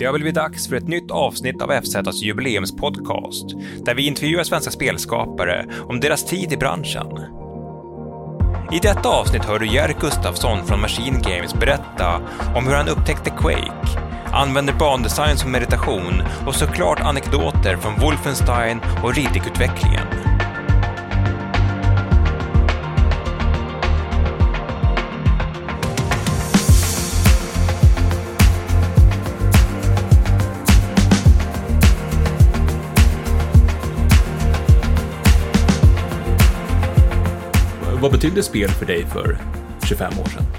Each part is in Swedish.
Det har blivit dags för ett nytt avsnitt av FZ:s jubileumspodcast där vi intervjuar svenska spelskapare om deras tid i branschen. I detta avsnitt hör du Jerk Gustafsson från Machine Games berätta om hur han upptäckte Quake, använder bandesign som meditation och såklart anekdoter från Wolfenstein och Riddick-utvecklingen. Vad betydde spel för dig för 25 år sedan?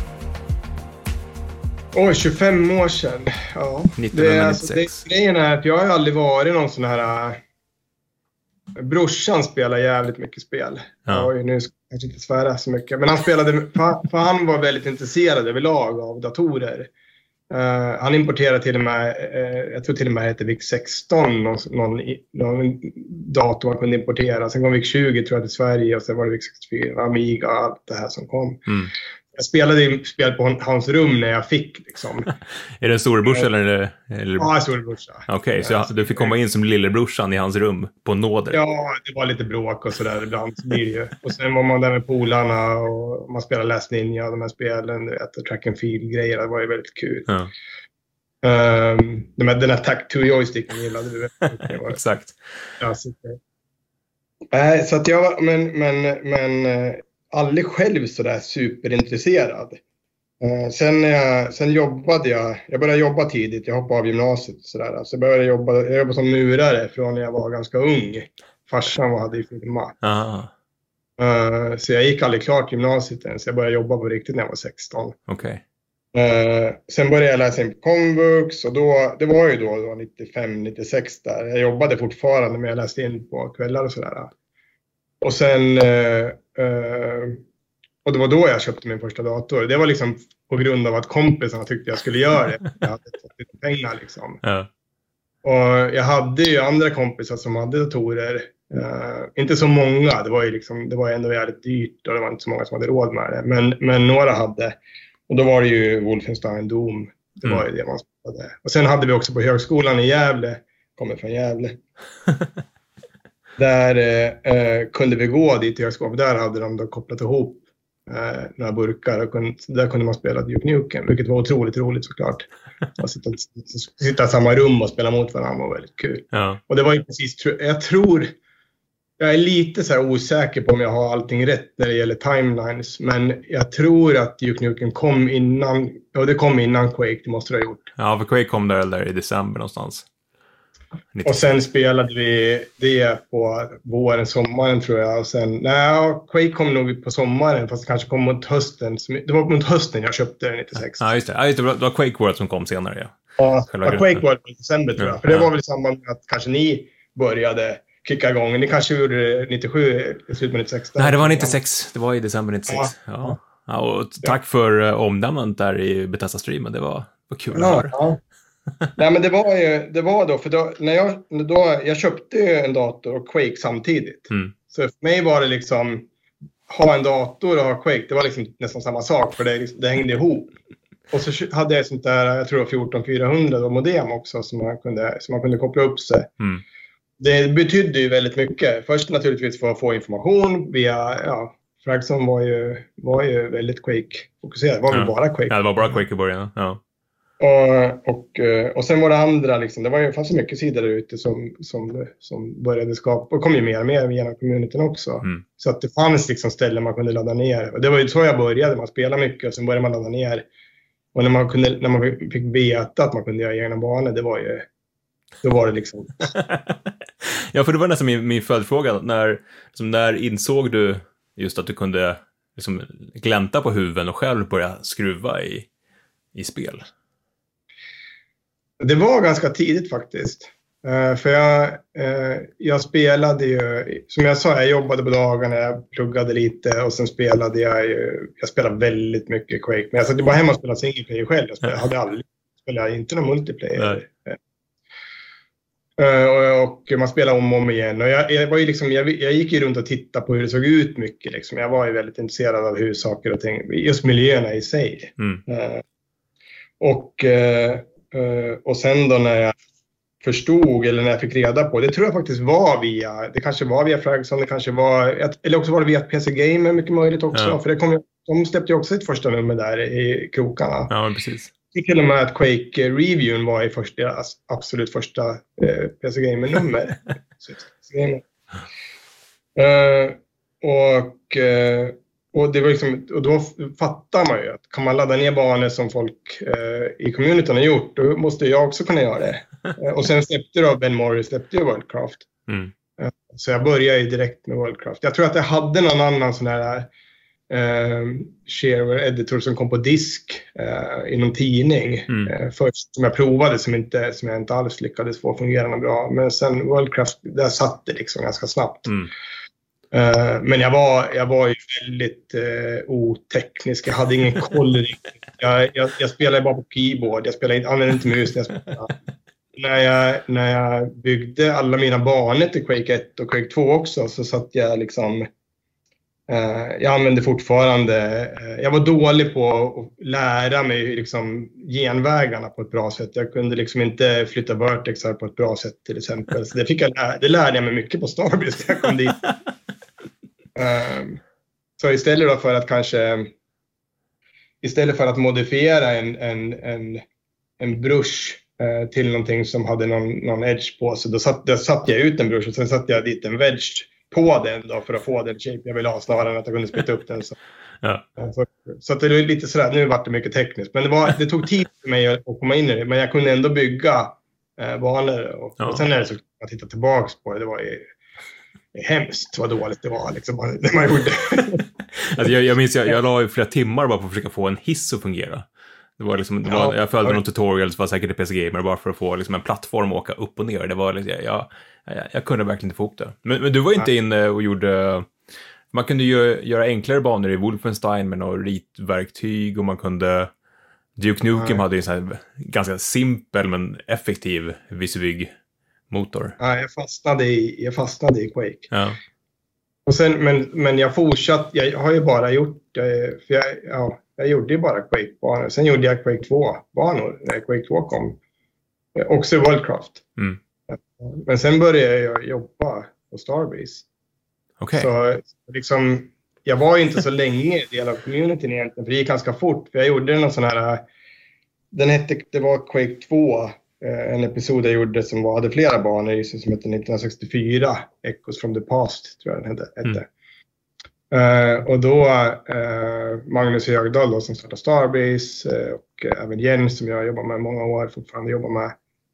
Oj, 25 år sedan. Ja. 1996. Grejen är att jag har aldrig varit någon sån här... Brorsan spelar jävligt mycket spel. Ja. Oj, nu ska jag kanske inte svära så mycket. Men han spelade... För han var väldigt intresserad överlag av datorer. Han importerade till och med... jag tror till och med det hette VIC-16. Någon dator man kunde importera. Sen kom VIC-20 tror jag till Sverige. Och sen var det VIC-64, Amiga och allt det här som kom. Mm. Jag spelade spel på hans rum när jag fick liksom. Är det en storebrorsa eller? Ja, storebrorsa. Okej, så du fick komma in som lillebrorsan i hans rum på nåder? Ja, det var lite bråk och sådär ibland. Så blir det ju. Och sen var man där med polarna och man spelade Last Ninja, de här spelen, du vet, track and field-grejer. Det var ju väldigt kul. Ja. Den här Tac-2-joysticken gillade vi väldigt mycket. Exakt. Ja, så att jag var, men aldrig själv sådär superintresserad. Sen jobbade jag började jobba tidigt, jag hoppade av gymnasiet sådär. Så jag jobbade som murare från när jag var ganska ung. Farsan hade ju firma. Så jag gick aldrig klart gymnasiet än, så jag började jobba på riktigt när jag var 16. Okej. Sen började jag läsa in på komvux och det var ju då 95-96 där. Jag jobbade fortfarande men jag läste in på kvällar och sådär. Och sen och det var då jag köpte min första dator. Det var liksom på grund av att kompisarna tyckte jag skulle göra det. Jag hade fått lite pengar liksom. Ja. Och jag hade ju andra kompisar som hade datorer. Inte så många. Det var ändå jävligt dyrt och det var inte så många som hade råd med det. Men några hade. Och då var det ju Wolfenstein, Doom. Det var ju det man spelade. Och sen hade vi också på högskolan i Gävle. Kommer från Gävle. Där kunde vi gå dit till högskolan. Där hade de då kopplat ihop några burkar. Och där kunde man spela Duke Nukem. Vilket var otroligt roligt såklart. Att sitta i samma rum och spela mot varandra var väldigt kul. Ja. Och det var ju precis... Jag är lite så här osäker på om jag har allting rätt när det gäller timelines. Men jag tror att Duke Nukem kom innan... Ja, det kom innan Quake, det måste det ha gjort. Ja, för Quake kom där i december någonstans. 96. Och sen spelade vi det på våren, sommaren tror jag. Och sen, Quake kom nog på sommaren, fast det kanske kom mot hösten. Det var mot hösten jag köpte den 96. Ja, just det. Det var Quake World som kom senare, ja. Ja, Quake World i december tror jag. För det var väl i samband med att kanske ni började kicka igång. Ni kanske gjorde det 97, slut på 96. Nej, det var 96. Det var i december 96. Ja, och tack för omnämnandet där i Bethesda-streamen. Det var kul att höra. Ja. Nej, men det var då, för då, när jag köpte en dator och Quake samtidigt. Så för mig var det liksom, ha en dator och ha Quake, det var liksom nästan samma sak, för det hängde ihop. Och så hade jag sånt där, jag tror 14400 och modem också som man kunde koppla upp sig. Det betydde ju väldigt mycket. Först naturligtvis för att få information via, Fragson var ju väldigt Quake-fokuserad. Det var väl bara Quake. Ja, det var bara Quake i början, ja. Och sen var det andra liksom, det fanns så mycket sidor där ute som började skapa, och kom ju mer och mer genom communityn också. Så att det fanns liksom ställen man kunde ladda ner. Och det var ju så jag började, man spelade mycket och sen började man ladda ner. Och när man fick veta att man kunde göra egna banor, då var det liksom... Ja, för det var nästan min följdfråga. När insåg du just att du kunde liksom glänta på huven och själv börja skruva i spel? Det var ganska tidigt faktiskt. För jag spelade ju, som jag sa, jag jobbade på dagarna, jag pluggade lite och sen spelade jag spelade väldigt mycket Quake. Men jag satt bara hemma och spelade single player själv. Jag hade aldrig spelat, inte någon multiplayer. Och man spelade om igen. Och jag var ju liksom, jag gick ju runt och tittade på hur det såg ut mycket. Liksom. Jag var ju väldigt intresserad av hur saker och ting, just miljöerna i sig. Och sen då när jag förstod, eller när jag fick reda på, det tror jag faktiskt var det kanske var via Fragson, det kanske var, eller också var det via PC Gamer, mycket möjligt också, för de släppte ju också sitt första nummer där i krokarna. Ja, precis. Till och med att Quake-reviewen var i deras absolut första PC Gamer-nummer. Och det var liksom, och då fattar man ju att kan man ladda ner banor som folk i communityn har gjort, då måste jag också kunna göra det. Och sen släppte då Ben Morris ju Worldcraft. Så jag började ju direkt med Worldcraft. Jag tror att jag hade någon annan sån här shareware editor som kom på disk i någon tidning först, som jag provade, som jag inte alls lyckades få fungera bra. Men sen Worldcraft, där satt det liksom ganska snabbt. Men jag var ju väldigt oteknisk. Jag hade ingen koll riktigt. Jag spelade bara på keyboard. Jag använde inte mus när jag byggde alla mina banor till Quake 1 och Quake 2 också, så satt jag liksom... jag använde fortfarande... jag var dålig på att lära mig liksom genvägarna på ett bra sätt. Jag kunde liksom inte flytta vertexar på ett bra sätt till exempel. Så det lärde jag mig mycket på Starbreeze när jag kom dit. Så istället för att modifiera en brush till någonting som hade någon edge på sig, då satte jag ut en brush och sen satte jag dit en wedge på den då för att få den shape jag ville ha, snarare än att jag kunde splitta upp den. Så att det är lite sådär, nu var det mycket tekniskt, men det tog tid för mig att komma in i det, men jag kunde ändå bygga banor och sen är det så att titta tillbaka på det var ju hemskt vad dåligt det var liksom, det man gjorde. Alltså jag minns, jag la ju flera timmar bara på att försöka få en hiss att fungera. Det var liksom, jag följde någon tutorials, var säkert i PC Gamer, bara för att få liksom en plattform att åka upp och ner. Det var liksom, jag kunde verkligen inte få ihop det. Men du var inte inne och gjorde... Man kunde ju göra enklare banor i Wolfenstein med några ritverktyg, och man kunde... Duke Nukem hade ju en sån här ganska simpel men effektiv Visivig-motor. Ja, jag fastnade i Quake. Ja. Och sen, men jag fortsatte, jag har ju bara gjort, för jag gjorde ju bara Quake-banor. Sen gjorde jag Quake 2-banor när Quake 2 kom. Också i Worldcraft. Men sen började jag jobba på Starbreeze. Okay. Så liksom, jag var ju inte så länge del av communityn egentligen, för det gick ganska fort. För jag gjorde någon sån här, det var Quake 2, en episod jag gjorde som hade flera banor som hette 1964, Echoes from the Past tror jag den hette. Och då Magnus Högdahl då, som startade Starbreeze, och även Jens som jag jobbar med många år, fortfarande jobbar med.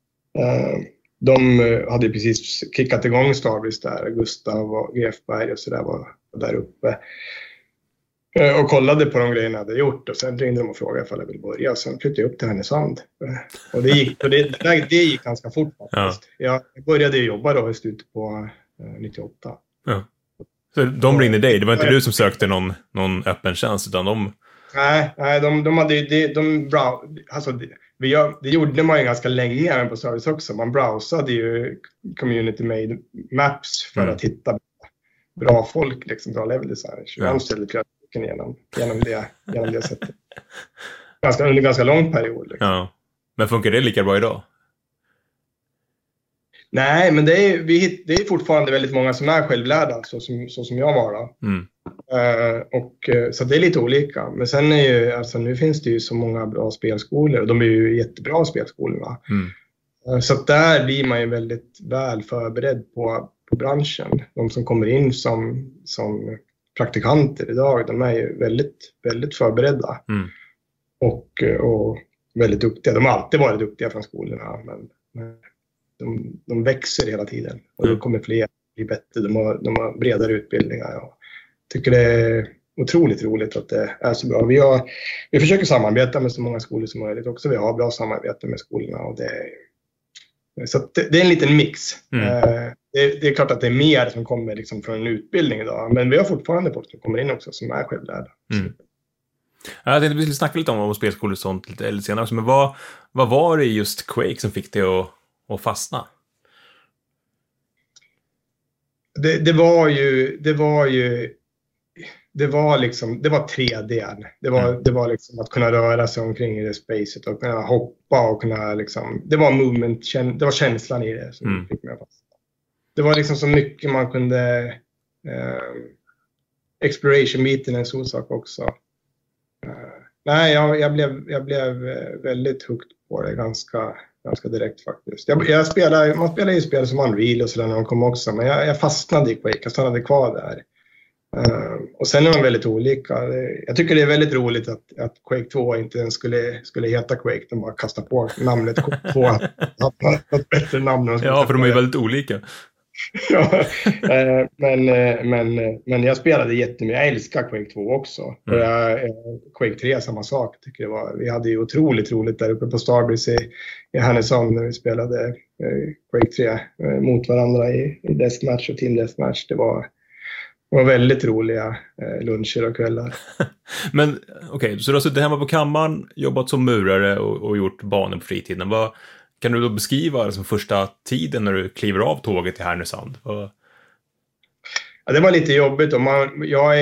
De hade precis kickat igång Starbreeze där. Gustav och GF Berg och sådär var där uppe. Och kollade på de grejerna jag hade gjort. Och sen ringde de och frågade ifall jag ville börja. Och sen flyttade jag upp till Härnösand. Och det gick ganska fort faktiskt. Jag började jobba då i slutet på 98. Ja. Så de ringde dig? Det var inte du som sökte någon öppen tjänst, utan de... Nej, de hade ju... Alltså, det gjorde man ju ganska länge även på Starbreeze också. Man browsade ju community made maps för att hitta bra folk, liksom bra level designers. Jag anställde flera stycken genom det sättet. Under ganska lång period. Liksom. Ja. Men funkar det lika bra idag? Nej, men det är fortfarande väldigt många som är självlärda, så som jag var då. Så det är lite olika. Men sen är ju, alltså, nu finns det ju så många bra spelskolor, och de är ju jättebra spelskolorna. Så att där blir man ju väldigt väl förberedd på branschen. De som kommer in som praktikanter idag, de är ju väldigt, väldigt förberedda. Och väldigt duktiga. De har alltid varit duktiga från skolorna, men de växer hela tiden. Och det kommer fler bli bättre. De har bredare utbildningar. Jag tycker det är otroligt roligt att det är så bra. Vi försöker samarbeta med så många skolor som möjligt också. Vi har bra samarbete med skolorna. Och så det är en liten mix. Det är klart att det är mer som kommer liksom från en utbildning idag. Men vi har fortfarande folk som kommer in också som är självlärda. Jag tänkte vi skulle snacka lite om spelskolor och sånt lite senare också. Men vad var det just Quake som fick dig att fastna? Det det var 3D. Det var liksom att kunna röra sig omkring i det spacet och kunna hoppa och kunna liksom, det var movement, det var känslan i det som fick mig fast. Det var liksom så mycket man kunde exploration-biten är en sån sak också. Nej, jag blev väldigt hooked på det ganska direkt faktiskt. Man spelar ju spel som Unreal och sådär när de kom också, men jag fastnade i Quake, jag stannade kvar där. Och sen är de väldigt olika. Jag tycker det är väldigt roligt att Quake 2 inte ens skulle heta Quake, de bara kastar på namnet Quake 2 att ett bättre namn. Ja, för de är ju väldigt olika. Ja, men jag spelade jättemycket. Jag älskar Quake 2 också. Och Quake 3 samma sak tycker jag. Vi hade ju otroligt roligt där uppe på Starbreeze i Härnösand när vi spelade Quake 3 mot varandra i Deathmatch och Team Deathmatch. Det var väldigt roliga luncher och kvällar. Men okej, så du har suttit hemma på kammaren, jobbat som murare och gjort banor på fritiden. Kan du då beskriva liksom första tiden när du kliver av tåget i Härnösand? Ja, det var lite jobbigt. Och man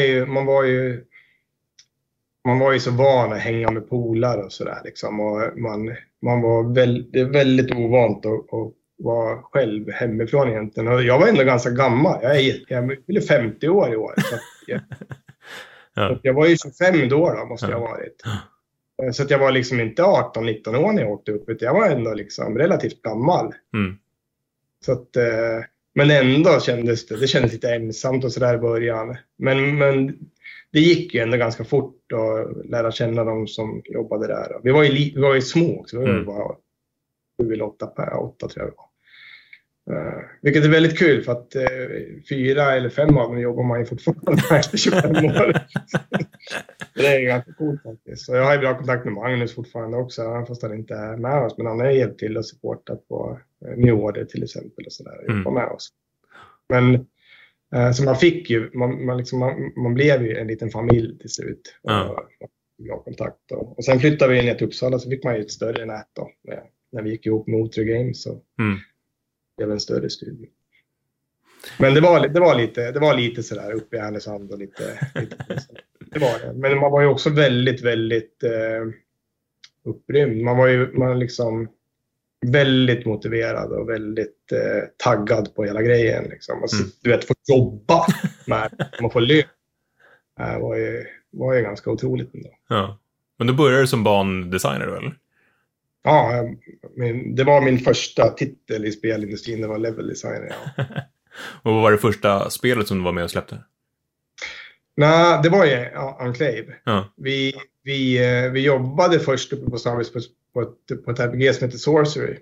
var ju så van att hänga med polare och sådär. Liksom. Och man var väldigt ovant att vara själv hemifrån egentligen. Och jag var ändå ganska gammal. Jag fyller 50 år i år. Så så jag var ju 25 då måste jag ha varit. Så att jag var liksom inte 18-19 år när jag åkte upp. Jag var ändå liksom relativt gammal. Så att, men ändå kändes det kändes lite ensamt och sådär i början. Men det gick ju ändå ganska fort att lära känna de som jobbade där. Vi var ju små, så vi var bara 7 eller 8 tror jag det var. Vilket är väldigt kul för att 4 eller 5 av dem jobbar man ju fortfarande efter 25 år. Det är ganska coolt faktiskt. Så jag har ju bra kontakt med Magnus fortfarande också, fast han inte är med oss. Men han har hjälpt till och supportat på New Order till exempel och sådär. Jobbar med oss. Men så man fick ju, man blev ju en liten familj till slut. Bra kontakt. Och sen flyttade vi ner till Uppsala, så fick man ju ett större nät då. När vi gick ihop med Otro Games så det var en större studio. Men det var lite sådär uppe i Härnösand och lite det var det. Men man var ju också väldigt, väldigt upprymd. Man var liksom väldigt motiverad och väldigt taggad på hela grejen. Liksom. Alltså, du vet, få jobba med man får lön. Var ju ganska otroligt ändå. Ja. Men då började du som bandesigner då, eller? Ja, det var min första titel i spelindustrin. Det var level designer, ja. Och vad var det första spelet som du var med och släppte? Nej, det var ju Enclave. Ja. Vi jobbade först uppe på Starbreeze på ett RPG som heter Sorcery.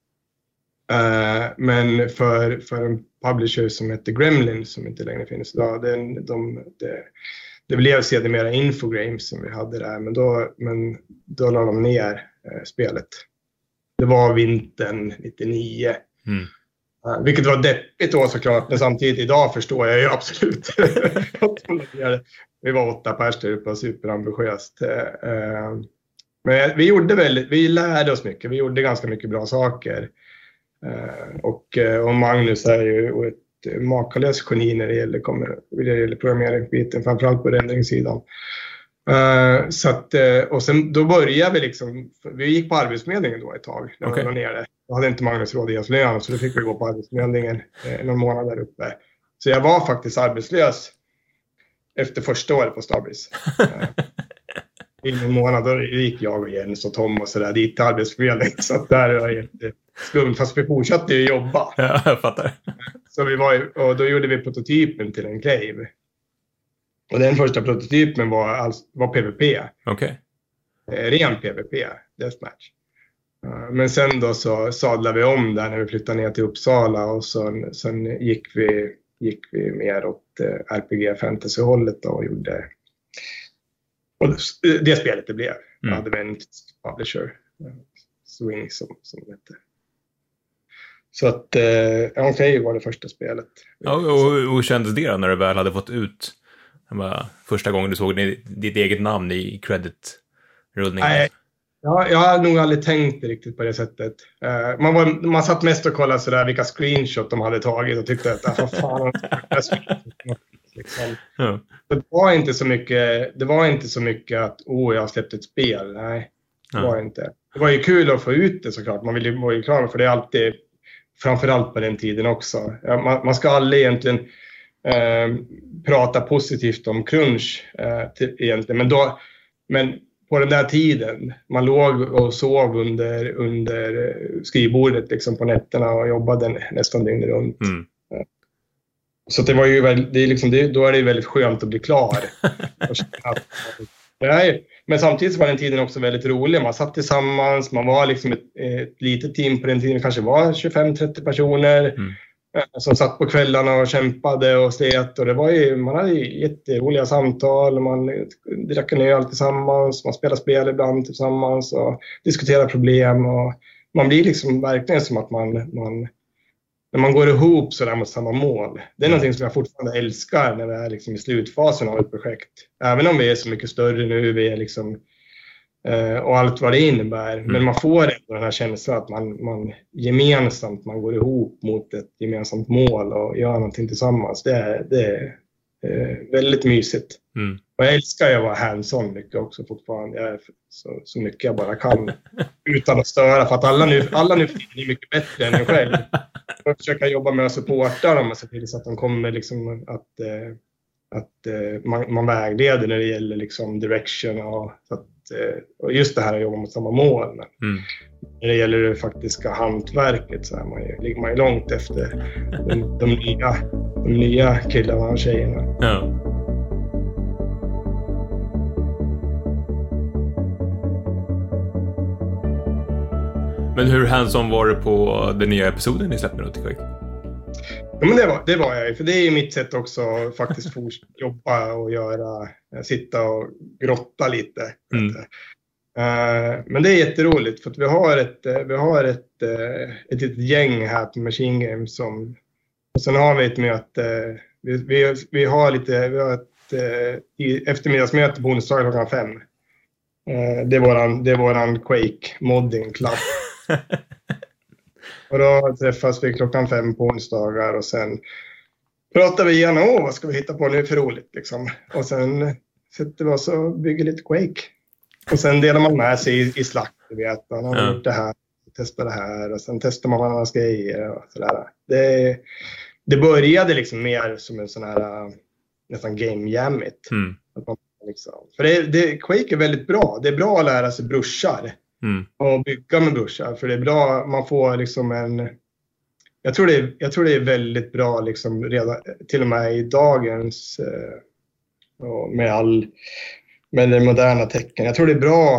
Men för en publisher som heter Gremlin, som inte längre finns idag, det blev sedermera Infogrames som vi hade där, men då la de ner spelet. Det var vintern 99. Vilket var deppigt då såklart, men samtidigt idag förstår jag ju absolut att de la. Vi var 8 personer uppe och superambitiöst. Men vi lärde oss mycket. Vi gjorde ganska mycket bra saker. Och Magnus är ju ett makalös geni när det gäller programmeringsbiten, framförallt på rendringssidan. Så att, och sen då började vi gick på Arbetsförmedlingen då ett tag. Okay. Jag hade inte Magnus råd i hans lön, så då fick vi gå på Arbetsförmedlingen någon månad där uppe. Så jag var faktiskt arbetslös efter första året på Starbreeze. I en månad då gick jag och Jens och Tom och sådär dit till Arbetsförmedlingen. Så att där var jätteskumt, fast vi fortsatte ju jobba. Ja, jag fattar. Så och då gjorde vi prototypen till Enclave. Och den första prototypen var PvP. Okej. Ren PvP, Deathmatch. Men sen då så sadlade vi om där när vi flyttade ner till Uppsala. Och sen gick vi mer åt RPG-fantasy-hållet då och gjorde... Och det spelet det blev. Jag hade en publisher, Swing som det hette. Så att Enclave var det första spelet. Ja, och hur kändes det när du väl hade fått ut första gången du såg ditt eget namn i credit-rullningen? Nej, jag har nog aldrig tänkt riktigt på det sättet. Man satt mest och kollade sådär vilka screenshot de hade tagit och tyckte att vad fan. liksom. Det var inte så mycket att jag har släppt ett spel. Nej, det var inte. Det var ju kul att få ut det såklart. Man vill ju vara klar för det är alltid, framförallt på den tiden också. Man ska aldrig egentligen prata positivt om crunch egentligen. Men på den där tiden, man låg och sov under skrivbordet liksom på nätterna och jobbade nästan dygnet runt. Så det var ju då är det ju väldigt skönt att bli klar. Men samtidigt var den tiden också väldigt rolig. Man satt tillsammans, man var liksom ett litet team på den tiden, kanske var 25-30 personer som satt på kvällarna och kämpade och slet. Och det var ju, man hade ju jätteroliga samtal, man drack en öl tillsammans, man spelade spel ibland tillsammans och diskuterade problem. Och man blir liksom verkligen som att när man går ihop så där mot samma mål. Det är någonting som jag fortfarande älskar när vi är liksom i slutfasen av ett projekt. Även om vi är så mycket större nu, vi är liksom, och allt vad det innebär. Men man får ändå den här känslan att man gemensamt, man går ihop mot ett gemensamt mål och gör någonting tillsammans. Det är väldigt mysigt. Och jag älskar att vara hands-on mycket också fortfarande. Jag är så mycket jag bara kan utan att störa. För att alla nu är mycket bättre än en själv. Jag försöker jobba med att supporta dem och se till så att de kommer liksom att man vägleder när det gäller liksom direction och just det här att jobba mot samma mål. När det gäller det faktiska hantverket så ligger man ju långt efter de nya killarna och tjejerna. Ja. Men hur hands-on var det på den nya episoden ni släppte till Quake? Ja, men det var jag. För det är ju mitt sätt också att faktiskt jobba och sitta och grotta lite. Men det är jätteroligt för att vi har ett gäng här på Machine Games och sen har vi ett möte. Vi har ett eftermiddagsmöte på onsdag klockan 5. Det är våran Quake modding club. Och då träffas vi klockan 5 på onsdagar och sen pratar vi igenom vad ska vi hitta på nu för roligt liksom. Och sen sätter vi oss och bygger lite Quake. Och sen delar man med sig i Slack, du vet. Man har gjort det här, testar det här och sen testar man varandras grejer och sådär. Det började liksom mer som en sån här nästan game jammit. Liksom. För Quake är väldigt bra. Det är bra att lära sig brushar. Och bygga med brushar. För det är bra, man får liksom jag tror det är väldigt bra liksom redan, till och med i dagens med den moderna tecken. Jag tror det är bra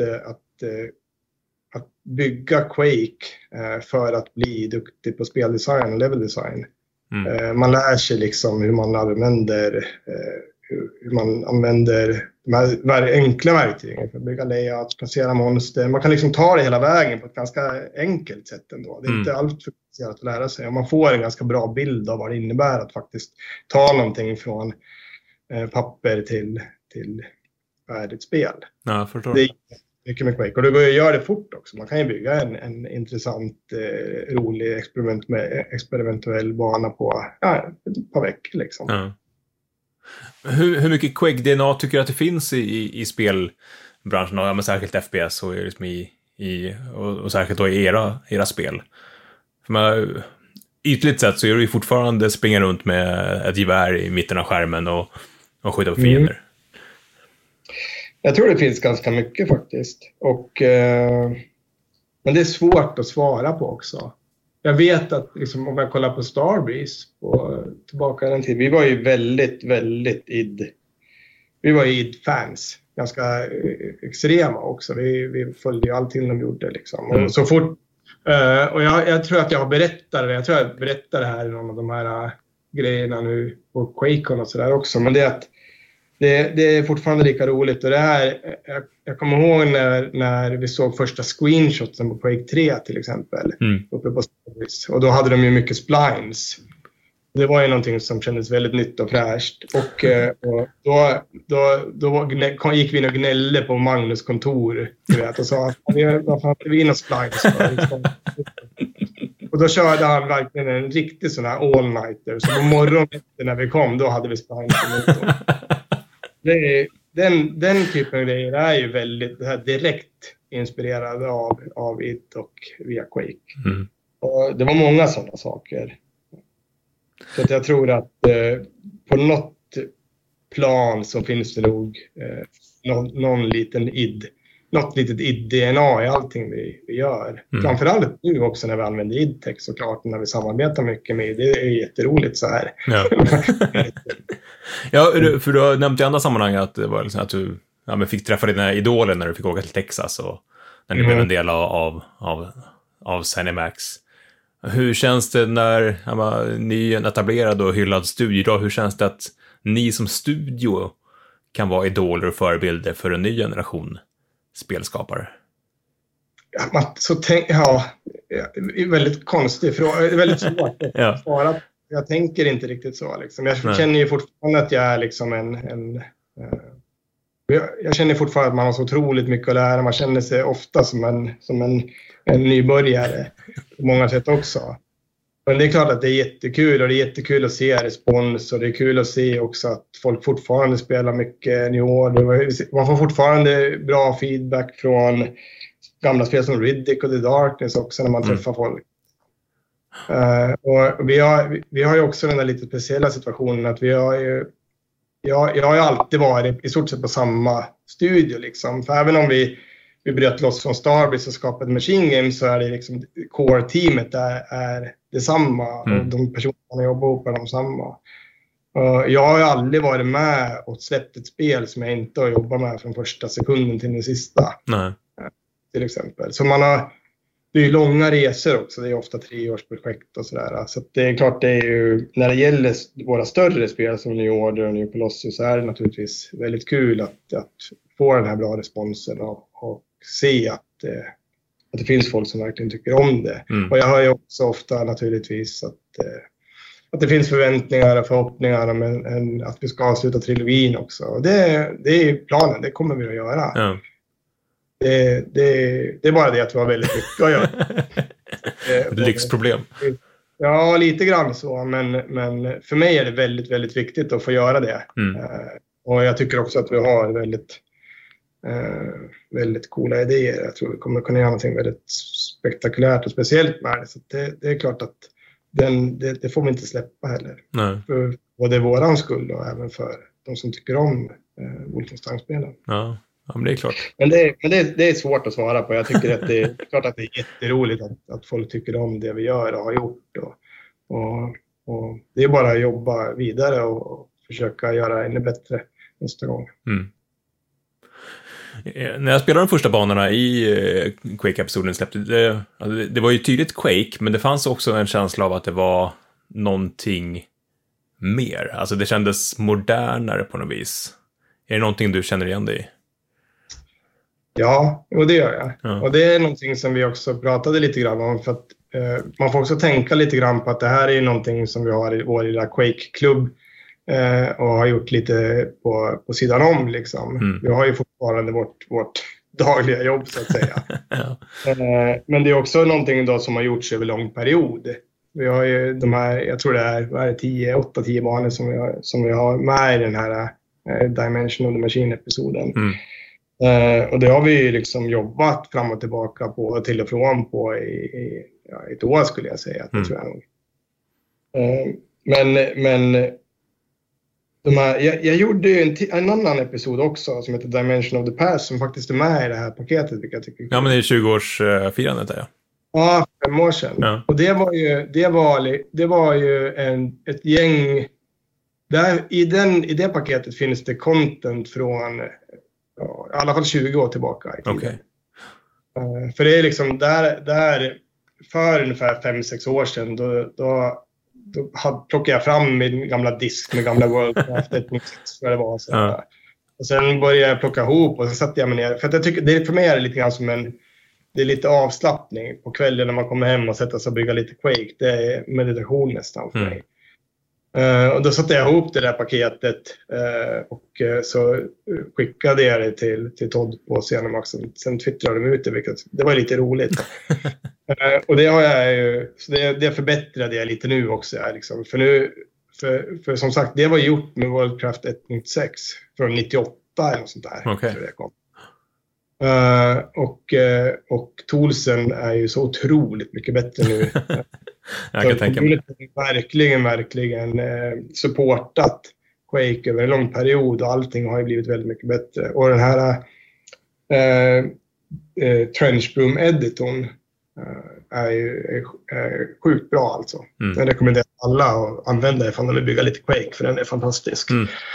att bygga Quake för att bli duktig på speldesign och level design. Man lär sig liksom hur man använder de här enkla verktygen för att bygga layout, placera monster. Man kan liksom ta det hela vägen på ett ganska enkelt sätt ändå. Det är inte allt för komplicerat att lära sig. Och man får en ganska bra bild av vad det innebär att faktiskt ta någonting från papper till färdigt spel. Ja, jag förstår. Det är mycket med Quake. Och det går ju att göra det fort också. Man kan ju bygga en intressant, rolig experimentell bana på ett par veckor liksom. Ja. Hur mycket Quake-DNA tycker du att det finns i spelbranschen? Ja, men särskilt FPS och, liksom och särskilt då i era spel. För man, ytligt sett så är det ju fortfarande springa runt med ett gevär i mitten av skärmen och skjuta på fiender. Jag tror det finns ganska mycket faktiskt. Men det är svårt att svara på också. Jag vet att liksom, om jag kollar på Starbreeze tillbaka den tid, vi var ju väldigt, väldigt vi var id-fans. Ganska extrema också. Vi följde ju allting de gjorde liksom. Och så fort, och jag tror att jag berättar det här i någon av de här grejerna nu på QuakeCon och sådär också. Men det är att det är fortfarande lika roligt. Och det här, jag kommer ihåg när vi såg första screenshotsen på Quake 3 till exempel. Uppe på Starbreeze. Och då hade de ju mycket splines. Det var ju någonting som kändes väldigt nytt och fräscht. Och då gick vi in och gnällde på Magnus kontor. Du vet, och sa att varför hade vi in och splines? Och då körde han verkligen en riktig sån här all-nighter. Så på morgonen när vi kom, då hade vi sprang. Den typen av grejer är ju väldigt det här direkt inspirerade av IT och via Quake. Mm. Och det var många sådana saker. Så att jag tror att på något plan så finns det nog någon liten något litet id-DNA i allting vi gör. Framförallt nu också när vi använder id-tech såklart, när vi samarbetar mycket med det är jätteroligt så här. Ja. Ja, för du har nämnt i andra sammanhang att det var liksom att du fick träffa dina idoler när du fick åka till Texas och när ni blev en del av Cinemax. Hur känns det när ni är en etablerad och hyllad studio då? Hur känns det att ni som studio kan vara idoler och förebilder för en ny generation spelskapare? Väldigt konstigt fråga. Det är väldigt svårt att svara. Jag tänker inte riktigt så. Liksom. Jag känner ju fortfarande att jag är liksom jag känner fortfarande att man har så otroligt mycket att lära. Man känner sig ofta som en nybörjare på många sätt också. Men det är klart att det är jättekul och det är jättekul att se respons och det är kul att se också att folk fortfarande spelar mycket New Order. Man får fortfarande bra feedback från gamla spel som Riddick och The Darkness också när man träffar folk. Och vi har ju också den där lite speciella situationen att jag har ju alltid varit i stort sett på samma studio liksom. För även om vi bröt loss från Starbreeze och skapade Machine Games så är det liksom core-teamet är detsamma och de personerna jobbar ihop är de samma. Jag har ju aldrig varit med och släppt ett spel som jag inte har jobbat med från första sekunden till den sista. Nej. Till exempel. Så det är ju långa resor också. Det är ofta 3-årsprojekt och sådär. Så det är klart, det är ju, när det gäller våra större spel som New Order och New Colossus så är det naturligtvis väldigt kul att få den här bra responsen och se att det finns folk som verkligen tycker om det. Och jag hör ju också ofta naturligtvis att det finns förväntningar och förhoppningar om att vi ska avsluta trilogin också. Och det är planen, det kommer vi att göra. Ja. Det är bara det att vi har väldigt mycket att göra. Ett lyxproblem. Ja, lite grann så. Men för mig är det väldigt, väldigt viktigt att få göra det. Och jag tycker också att vi har väldigt coola idéer. Jag tror vi kommer kunna göra någonting väldigt spektakulärt och speciellt med det. Så det är klart att det får vi inte släppa heller. Nej. För både våran skull och även för de som tycker om Wolfenstein-spelen. Ja, men det är klart. Men det är svårt att svara på. Jag tycker att det är klart att det är jätteroligt att folk tycker om det vi gör och har gjort. Och det är bara att jobba vidare och försöka göra ännu bättre nästa gång. När jag spelade de första banorna i Quake-episoden släppte det var ju tydligt Quake, men det fanns också en känsla av att det var någonting mer. Alltså det kändes modernare på något vis. Är det någonting du känner igen dig i? Ja, och det gör jag. Ja. Och det är någonting som vi också pratade lite grann om. För att man får också tänka lite grann på att det här är någonting som vi har i vår lilla Quake-klubb. Och har gjort lite på sidan om liksom. Vi har ju fortfarande vårt dagliga jobb så att säga. Ja. Men det är också någonting då som har gjorts över lång period. Vi har ju de här, jag tror det är 8-10 banor som vi har med i den här Dimension of the Machine-episoden. Och det har vi liksom jobbat fram och tillbaka på till och från på i ett år skulle jag säga. Det tror jag nog. Men jag gjorde ju en annan episod också som heter Dimension of the Past som faktiskt är med i det här paketet. Vilket jag tycker ja, men det är 20-årsfirandet där, ja. Ja, 5 år sedan. Ja. Och det var ju ett gäng... I det paketet finns det content från i alla fall 20 år tillbaka i tiden. Okay. För det är liksom där för ungefär 5-6 år sedan då plockade jag fram min gamla disk med gamla Worldcraft 1.6 vad det var. Så och sen började jag plocka ihop och så satte jag mig ner. För att jag tycker, för mig är det lite grann som det är lite avslappning på kvällen när man kommer hem och sätter sig och bygga lite Quake. Det är meditation nästan för mig. Och då satte jag ihop det där paketet och så skickade jag det till Todd på Cinemax. Sen twittrade de ut det, vilket det var lite roligt. Och det har jag ju, så det förbättrade jag lite nu också. Liksom. För som sagt, det var gjort med Worldcraft 1.6 från 98 eller något sånt där. Okay. Det kom. Och toolsen är ju så otroligt mycket bättre nu. Jag kan tänka mig. Verkligen supportat Quake över en lång period och allting har ju blivit väldigt mycket bättre. Och den här Trenchbroom-editorn är ju sjukt bra alltså. Jag rekommenderar alla att använda det för att bygga lite Quake, för den är fantastisk.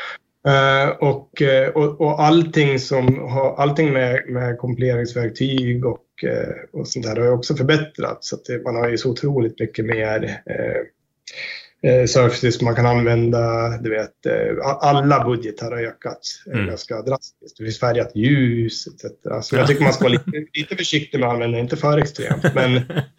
Och allting med kompileringsverktyg och sånt där har ju också förbättrats, så att man har ju så otroligt mycket mer surfaces man kan använda. Du vet, alla budgetar har ökat ganska drastiskt. Det finns färgat ljus etc. Så jag tycker man ska vara lite försiktig med att använda, inte för extremt. Men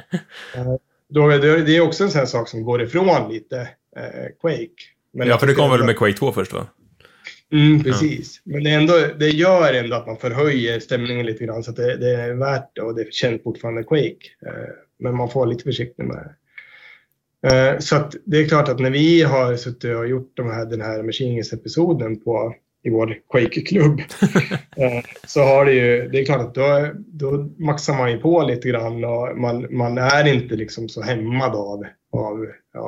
det är också en sån här sak som går ifrån lite Quake. Men för det kom väl med Quake 2 först, va? Precis. Men det gör ändå att man förhöjer stämningen lite grann, så att det är värt det, och det känns fortfarande Quake. Men man får vara lite försiktig med det. Så att det är klart att när vi har suttit och gjort den här Machinist-episoden i vår Quake-klubb så har det är klart att då maxar man ju på lite grann, och man är inte liksom så hämmad av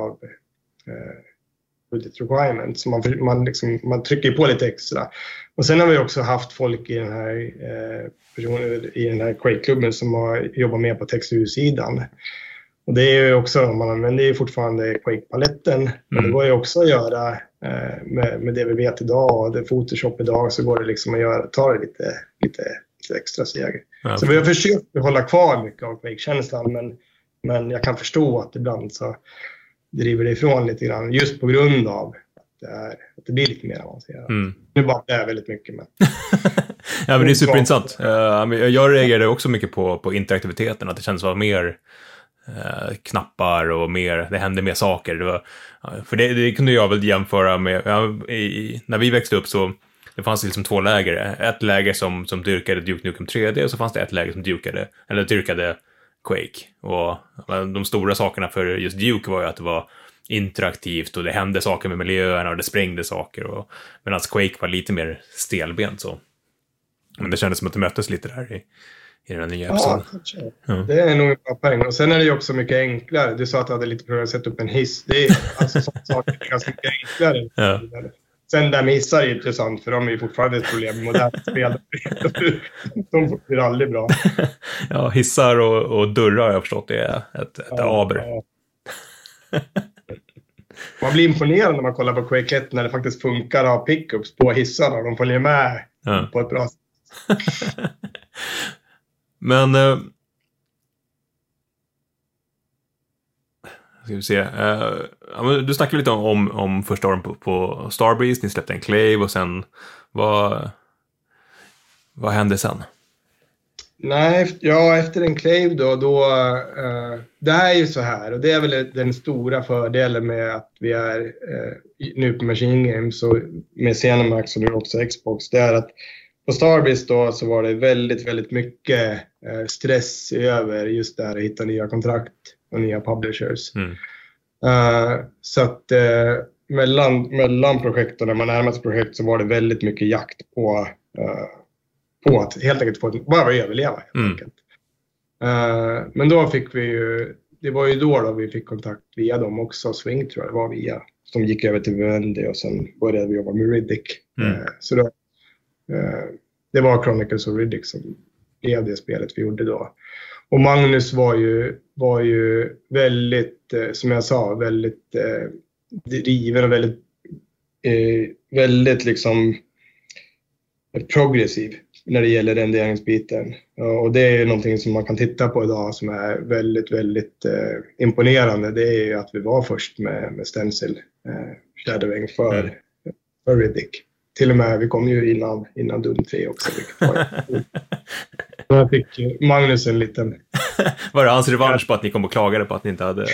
budget requirements. Så man trycker på lite extra. Och sen har vi också haft folk i den här personer i den här Quake-klubben som har jobbat med på textursidan. Och det är ju också, man använder ju fortfarande Quake-paletten, men det går ju också att göra med det vi vet idag, och det Photoshop idag, så går det liksom att ta det lite extra steg. Ja. Så vi har försökt hålla kvar mycket av Quake-känslan, men jag kan förstå att ibland så driver det ifrån lite grann, just på grund av att det blir lite mer avancerat. Nu bara det är väldigt mycket. Men ja, men det är superintressant. Jag reagerade också mycket på interaktiviteten, att det känns vara mer knappar och det hände mer saker. För det kunde jag väl jämföra med när vi växte upp, så det fanns liksom två läger. Ett läger som dyrkade Duke Nukem 3D, och så fanns det ett läger som dyrkade Quake. Och de stora sakerna för just Duke var ju att det var interaktivt och det hände saker med miljöerna och det sprängde saker, medan Quake var lite mer stelbent så. Men det kändes som att det möttes lite där i den nya episoden. Ja, det är nog en bra poäng. Och sen är det ju också mycket enklare. Du sa att du hade lite problem att sätta upp en hiss. Det är alltså sådana saker är ganska mycket enklare. Ja. Sen där med hissar är intressant, för de är ju fortfarande ett problem med modernt spel. De blir aldrig bra. Ja, hissar och dörrar har jag förstått, det är ett aber. Ja. Man blir imponerad när man kollar på Quake 1 när det faktiskt funkar att ha pickups på hissarna och de följer med på ett bra sätt. Men ska vi se. Du snackade lite om första åren på Starbreeze. Ni släppte Enclave, och sen vad hände sen? Nej, efter Enclave då det här är ju så här, och det är väl den stora fördelen med att vi är nu på Machine Games och med Cinemax och nu också Xbox, det är att på Starbreeze då så var det väldigt, väldigt mycket stress över just det här att hitta nya kontrakt och nya publishers. Så att mellan projekt och när man närmade sig projekt så var det väldigt mycket jakt på att helt enkelt bara överleva helt enkelt. Men då fick vi ju, det var ju då vi fick kontakt via dem också, Swing tror jag det var via, som gick över till Vivendi och sen började vi jobba med Riddick. Så då det var Chronicles of Riddick som blev det spelet vi gjorde då. Och Magnus var ju väldigt, som jag sa, väldigt driven och väldigt liksom progressiv när det gäller renderingsbiten. Och det är någonting som man kan titta på idag som är väldigt, väldigt imponerande. Det är ju att vi var först med stencil shadowing för Riddick. Till och med, vi kom ju innan Doom 3 också. Jag fick Magnus en liten... Var det hans revansch på att ni kom och klagade på att ni inte hade...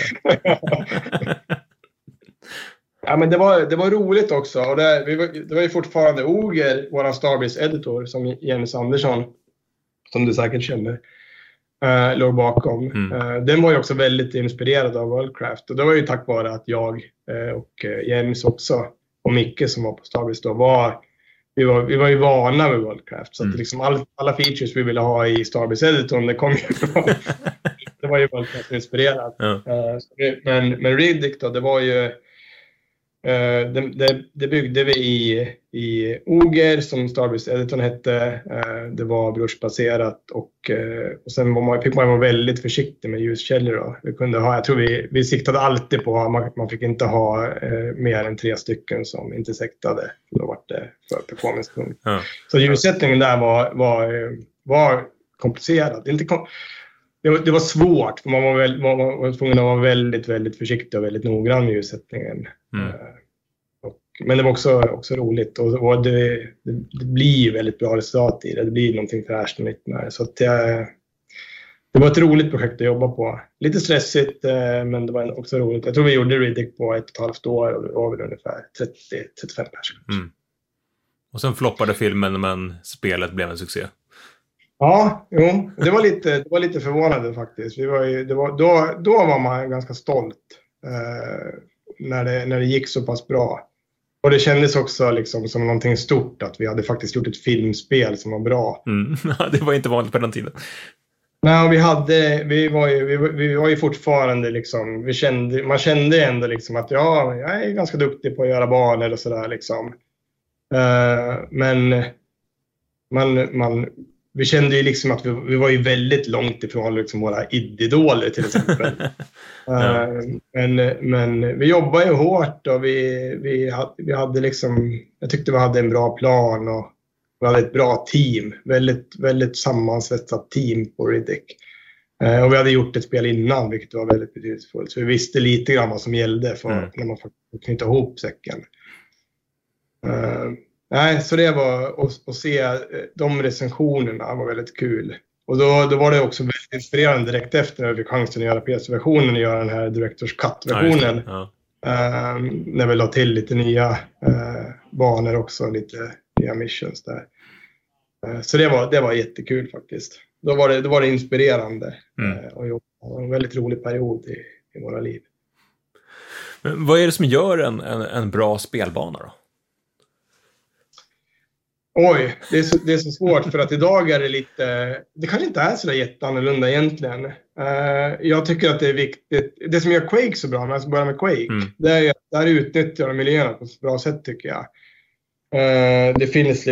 Ja, men det var roligt också. Och det var ju fortfarande Oger, våran Starbreeze editor, som Jens Andersson, som du säkert känner. låg bakom. Den var ju också väldigt inspirerad av Worldcraft. Och det var ju tack vare att jag och James också och Micke som var på Starbreeze då vi var ju vana med Worldcraft. Så att liksom alla features vi ville ha i Starbreeze Editorn, det kom ju från det var ju Worldcraft inspirerat. Men Riddick då, det var ju det byggde vi i Oger som Starbreeze Editorn hette. Det var brushbaserat och sen fick man vara väldigt försiktig med ljuskällor då. Vi kunde ha, jag tror vi siktade alltid på, man fick inte ha mer än 3 stycken som intersektade. Då var det för performance-punkt. Så ljussättningen där var komplicerad. Det var svårt, för man var tvungen att vara väldigt, väldigt försiktig och väldigt noggrann med ljussättningen. Men det var också roligt och det blir väldigt bra resultat i det. Det blir någonting fräscht och nytt med det. Så att det var ett roligt projekt att jobba på. Lite stressigt, men det var också roligt. Jag tror vi gjorde Riddick på 1,5 år och det var väl ungefär 30-35 personer. Och sen floppade filmen, men spelet blev en succé. Ja, jo. Det var lite förvånande faktiskt. Då var man ganska stolt när det gick så pass bra. Och det kändes också liksom som någonting stort att vi hade faktiskt gjort ett filmspel som var bra. Det var inte vanligt på den tiden. Nej, vi var ju fortfarande liksom, man kände ändå liksom att jag är ganska duktig på att göra banor och sådär liksom. Men vi kände ju liksom att vi var ju väldigt långt ifrån liksom våra idoler till exempel. Men vi jobbade ju hårt och vi hade liksom, jag tyckte vi hade en bra plan och vi hade ett bra team. Väldigt, väldigt sammansvetsat team på Riddick. Och vi hade gjort ett spel innan, vilket var väldigt betydelsefullt. Så vi visste lite grann vad som gällde för när man får knyta ihop säcken. Nej, så det var att se de recensionerna var väldigt kul. Och då var det också väldigt inspirerande direkt efter när vi fick chansen att göra PC-versionen och göra den här Director's Cut-versionen. När vi la till lite nya banor också, lite nya missions där. Så det var jättekul faktiskt. Då var det inspirerande och det var en väldigt rolig period i våra liv. Men vad är det som gör en bra spelbana då? Oj, det är så svårt för att idag är det kanske inte är så där jätteannorlunda egentligen. Jag tycker att det är viktigt. Det som gör Quake så bra, när jag ska börja med Quake, det är att där utnyttjar de miljöerna på ett bra sätt tycker jag. Det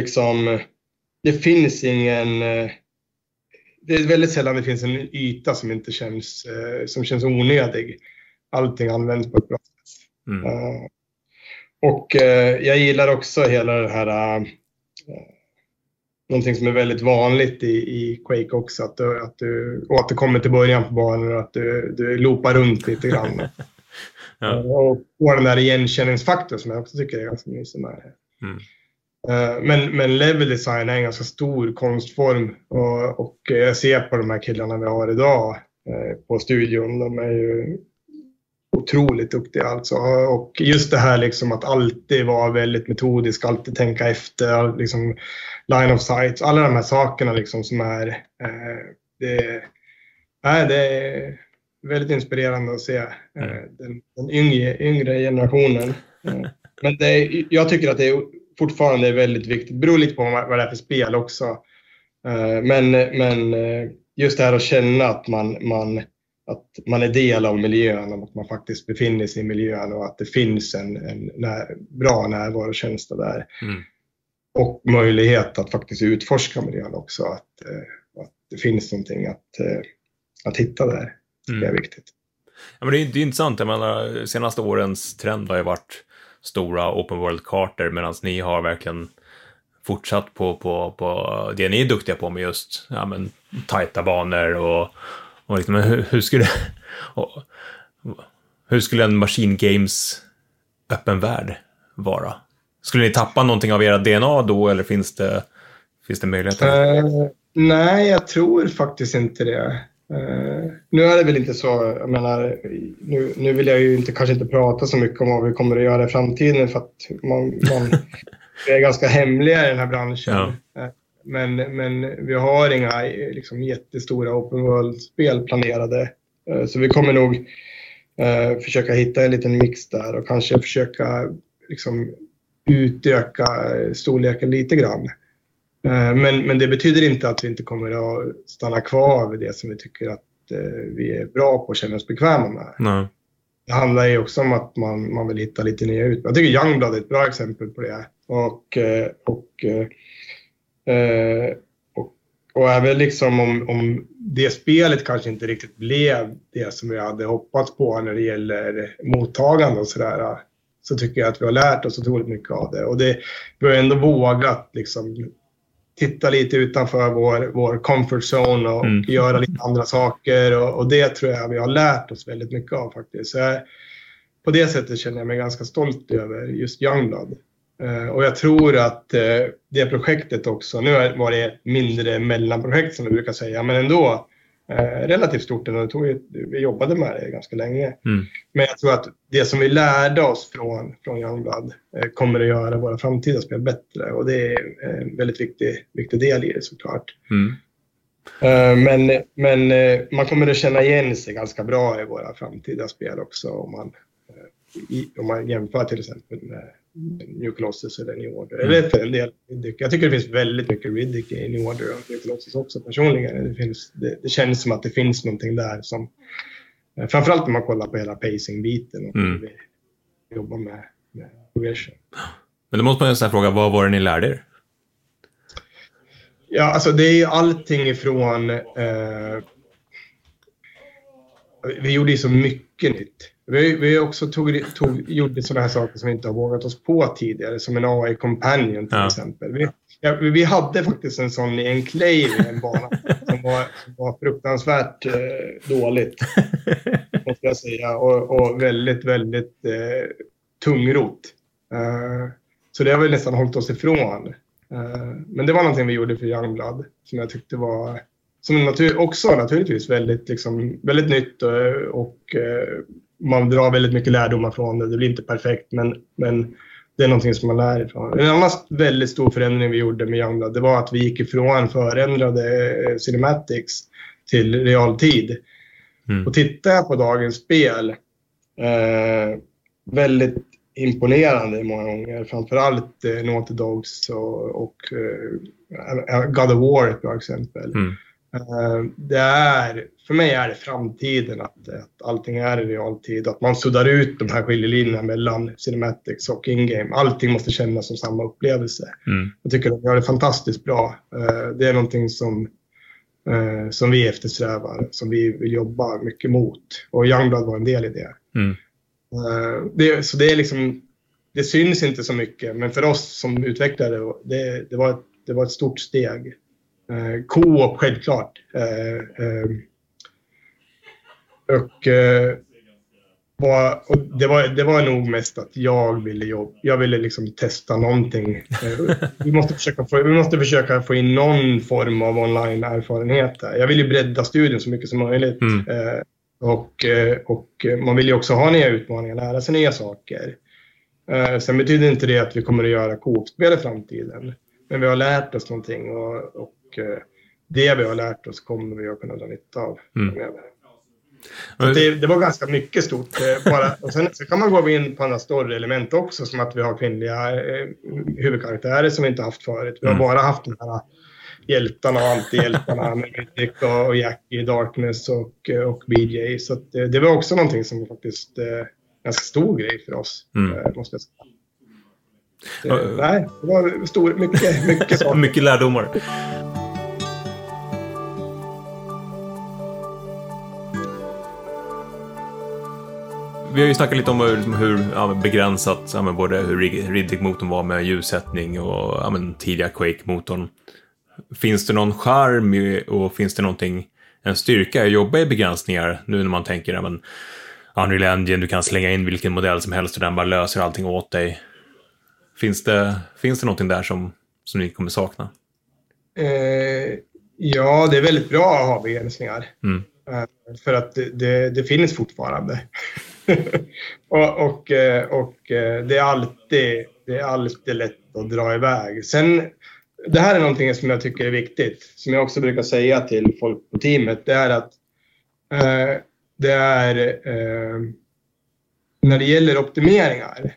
finns ingen... Det är väldigt sällan det finns en yta som inte känns onödig. Allting används på ett bra sätt. Och jag gillar också hela det här... någonting som är väldigt vanligt i Quake också, att du återkommer till början på banan och att du loopar runt lite grann. Och får den där igenkänningsfaktorn som jag också tycker är ganska mysig med det. Men level design är en ganska stor konstform och jag ser på de här killarna vi har idag på studion, de är ju otroligt duktiga alltså. Och just det här liksom att alltid vara väldigt metodisk, alltid tänka efter, liksom line of sight, alla de här sakerna liksom som är det är väldigt inspirerande att se den yngre generationen. Men jag tycker att det fortfarande är väldigt viktigt. Det beror lite på vad det är för spel också. Men just det här att känna att man är del av miljön och att man faktiskt befinner sig i miljön och att det finns en bra närvarokänsla där. Och möjlighet att faktiskt utforska miljön också. Att det finns någonting att hitta där. Det är viktigt. Ja, men det är intressant. Jag menar, senaste årens trend har ju varit stora open world-kartor, medan ni har verkligen fortsatt på det ni är duktiga på med just tajta banor och liksom, hur skulle en Machine Games öppen värld vara? Skulle ni tappa någonting av era DNA då, eller finns det möjligheter? Nej, jag tror faktiskt inte det. Nu är det väl inte så, jag menar, nu vill jag ju kanske inte prata så mycket om vad vi kommer att göra i framtiden, för att man är ganska hemliga i den här branschen. Men vi har inga liksom, jättestora open world-spel planerade. Så vi kommer nog försöka hitta en liten mix där och kanske försöka liksom, utöka storleken lite grann. Men det betyder inte att vi inte kommer att stanna kvar vid det som vi tycker att vi är bra på och känner oss bekväma med. Nej. Det handlar ju också om att man vill hitta lite nya ut. Jag tycker Youngblood är ett bra exempel på det. Och även liksom om det spelet kanske inte riktigt blev det som vi hade hoppats på när det gäller mottagande och sådär, så tycker jag att vi har lärt oss otroligt mycket av det. Och vi har ändå vågat liksom titta lite utanför vår comfort zone och göra lite andra saker. Och det tror jag vi har lärt oss väldigt mycket av faktiskt. Så på det sättet känner jag mig ganska stolt över just Youngblood. Och jag tror att det projektet också, nu var det ett mindre mellanprojekt som vi brukar säga, men ändå relativt stort. Vi jobbade med det ganska länge. Men jag tror att det som vi lärde oss från Youngblood kommer att göra våra framtida spel bättre. Och det är en väldigt viktig del i det såklart. Men man kommer att känna igen sig ganska bra i våra framtida spel också om man jämför till exempel med New Colossus eller New Order. Eller för en del Riddick. Jag tycker det finns väldigt mycket Riddick i New Order och New Colossus också personligen. Det känns som att det finns någonting där som framförallt när man kollar på hela pacing-biten och vi jobbar med progression. Men då måste man ju fråga, vad var det ni lärde er? Ja, alltså det är ju allting ifrån vi gjorde ju så mycket nytt. Vi också gjorde sådana här saker som vi inte har vågat oss på tidigare, som en AI Companion till exempel. Vi hade faktiskt en sån i Enclave i en bana som var fruktansvärt dåligt, måste jag säga, och väldigt, väldigt tungrot. Så det har vi nästan hållit oss ifrån. Men det var någonting vi gjorde för Youngblood som jag tyckte var också naturligtvis väldigt nytt och man drar väldigt mycket lärdomar från det. Det blir inte perfekt, men det är någonting som man lär ifrån. En annan väldigt stor förändring vi gjorde med Youngblood, det var att vi gick ifrån förändrade cinematics till realtid. Och tittar jag på dagens spel, väldigt imponerande många gånger. Framförallt Naughty Dogs och God of War ett bra exempel. För mig är det framtiden att allting är i realtid. Att man suddar ut de här skiljelinjerna mellan cinematics och in-game. Allting måste kännas som samma upplevelse. Jag tycker att det är fantastiskt bra. Det är någonting som vi eftersträvar, som vi vill jobba mycket mot. Och Youngblood var en del i det. Så det är liksom, det syns inte så mycket, men för oss som utvecklare det var ett stort steg. Co-op självklart. Och det var nog mest att jag ville liksom testa någonting. Vi måste försöka få in någon form av online-erfarenhet där. Jag vill ju bredda studien så mycket som möjligt. Och man vill ju också ha nya utmaningar, lära sig nya saker. Sen betyder inte det att vi kommer att göra co-op-spel i framtiden. Men vi har lärt oss någonting och det vi har lärt oss kommer vi att kunna dra nytta av. Det var ganska mycket stort. Och sen kan man gå in på andra större element också, som att vi har kvinnliga huvudkaraktärer som vi inte haft förut. Vi har bara haft de här hjältarna och antihjältarna med Riddick och Jackie, Darkness och BJ. Så att det var också någonting som faktiskt ganska stor grej för oss, måste jag säga. Nej, det var mycket saker. Mycket lärdomar. Vi har ju snackat lite om hur begränsat både hur Riddick-motorn var med ljussättning och tidiga Quake-motorn. Finns det någon charm och finns det en styrka att jobba i begränsningar nu när man tänker Unreal Engine, du kan slänga in vilken modell som helst och den bara löser allting åt dig. Finns det någonting där som ni kommer sakna? Ja, det är väldigt bra att ha begränsningar. För att det finns fortfarande. och det är alltid lätt att dra iväg. Sen det här är någonting som jag tycker är viktigt. Som jag också brukar säga till folk på teamet. Det är att när det gäller optimeringar.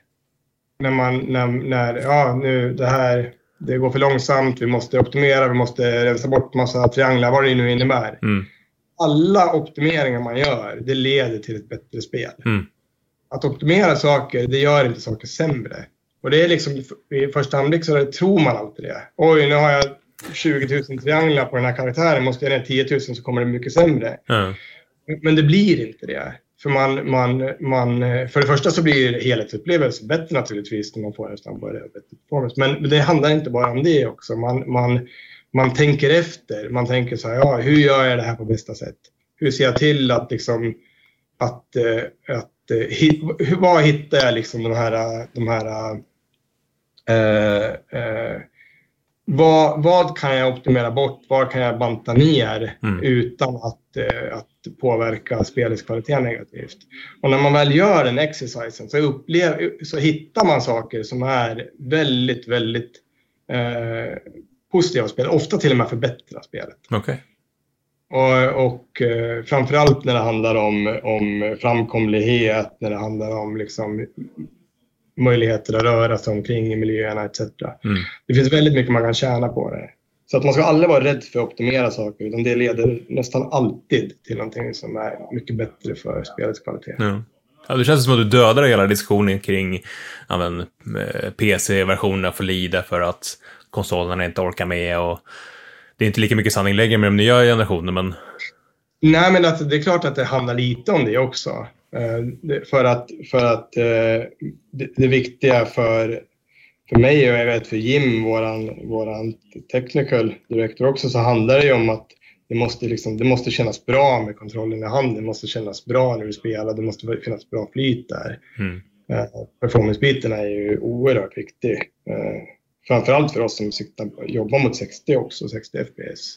Det går för långsamt, vi måste optimera, vi måste rensa bort massa trianglar, vad det nu innebär. Alla optimeringar man gör, det leder till ett bättre spel. Att optimera saker, det gör inte saker sämre. Och det är liksom, i första anblick så tror man alltid det. Oj, nu har jag 20 000 trianglar på den här karaktären, måste jag ner 10 000 så kommer det mycket sämre. Men det blir inte det. För för det första så blir helhetsupplevelsen bättre naturligtvis när man får en snabbare och bättre performance. Men det handlar inte bara om det också. Man tänker efter. Man tänker så här, hur gör jag det här på bästa sätt? Hur ser jag till att liksom vad hittar jag liksom vad kan jag optimera bort? Vad kan jag banta ner utan att påverka spelets kvalitet negativt? Och när man väl gör den exercisen så hittar man saker som är väldigt, väldigt positiva spel. Ofta till och med förbättra spelet. Okay. Och framförallt när det handlar om framkomlighet, när det handlar om liksom möjligheter att röra sig omkring i miljöerna etc. Det finns väldigt mycket man kan tjäna på det. Så att man ska aldrig vara rädd för att optimera saker, utan det leder nästan alltid till någonting som är mycket bättre för spelets kvalitet. Ja, det känns som att du dödar hela diskussionen kring PC-versionerna får lida för att konsolerna inte orkar med, och det är inte lika mycket sanning längre med de nya generationerna, men... Nej, men det är klart att det handlar lite om det också. För att det viktiga för mig och jag vet för Jim, våran technical director också, så handlar det ju om att det måste kännas bra med kontrollen i handen. Det måste kännas bra när du spelar. Det måste finnas bra flyt där. Performance-biten är ju oerhört viktig. Framförallt för oss som jobbar mot 60 också, 60 FPS.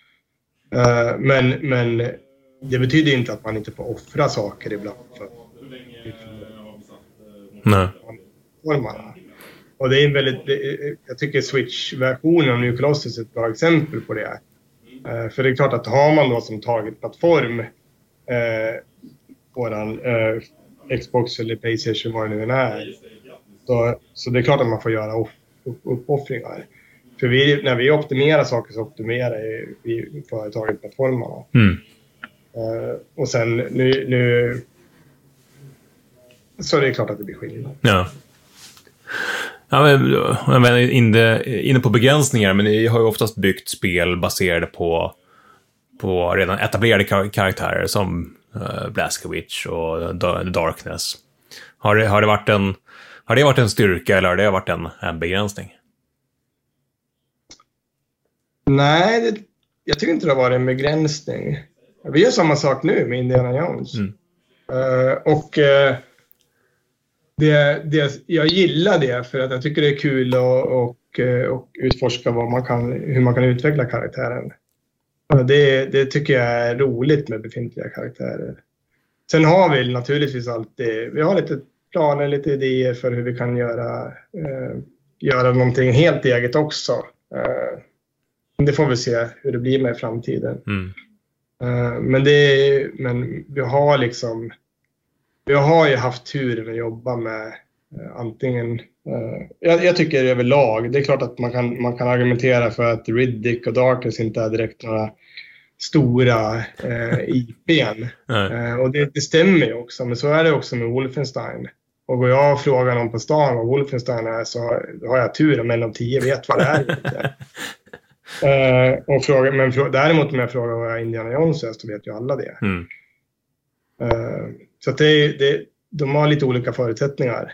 Men det betyder inte att man inte får offra saker ibland för formarna. Och det är jag tycker Switch-versionen av New Colossus är ett bra exempel på det. För det är klart att har man då som tagit plattform våran Xbox eller PlayStation, vad det nu är, så det är klart att man får göra uppoffringar. För när vi optimerar saker så optimerar vi företaget plattformarna. Och sen nu så är det klart att det blir skillnad. Ja, men inne på begränsningar, men ni har ju oftast byggt spel baserade på redan etablerade karaktärer som Blazkowicz och Darkness. Har det varit en styrka eller har det varit en begränsning? Nej, jag tycker inte det har varit en begränsning. Vi gör samma sak nu med Indiana Jones. Jag gillar det för att jag tycker det är kul att utforska hur man kan utveckla karaktären. Det tycker jag är roligt med befintliga karaktärer. Sen har vi naturligtvis alltid, vi har lite planer, lite idéer för hur vi kan göra någonting helt eget också. Det får vi se hur det blir med i framtiden. Men vi har ju haft tur med att jobba med antingen... Jag tycker överlag, det är klart att man kan argumentera för att Riddick och Darkness inte är direkt några stora IP:n. Och det stämmer ju också, men så är det också med Wolfenstein. Och går jag och frågar någon på stan vad Wolfenstein är, så har jag tur om en av 10 vet vad det är. Däremot om jag frågar vad Indiana Jones är, så vet ju alla det. Så att de har lite olika förutsättningar.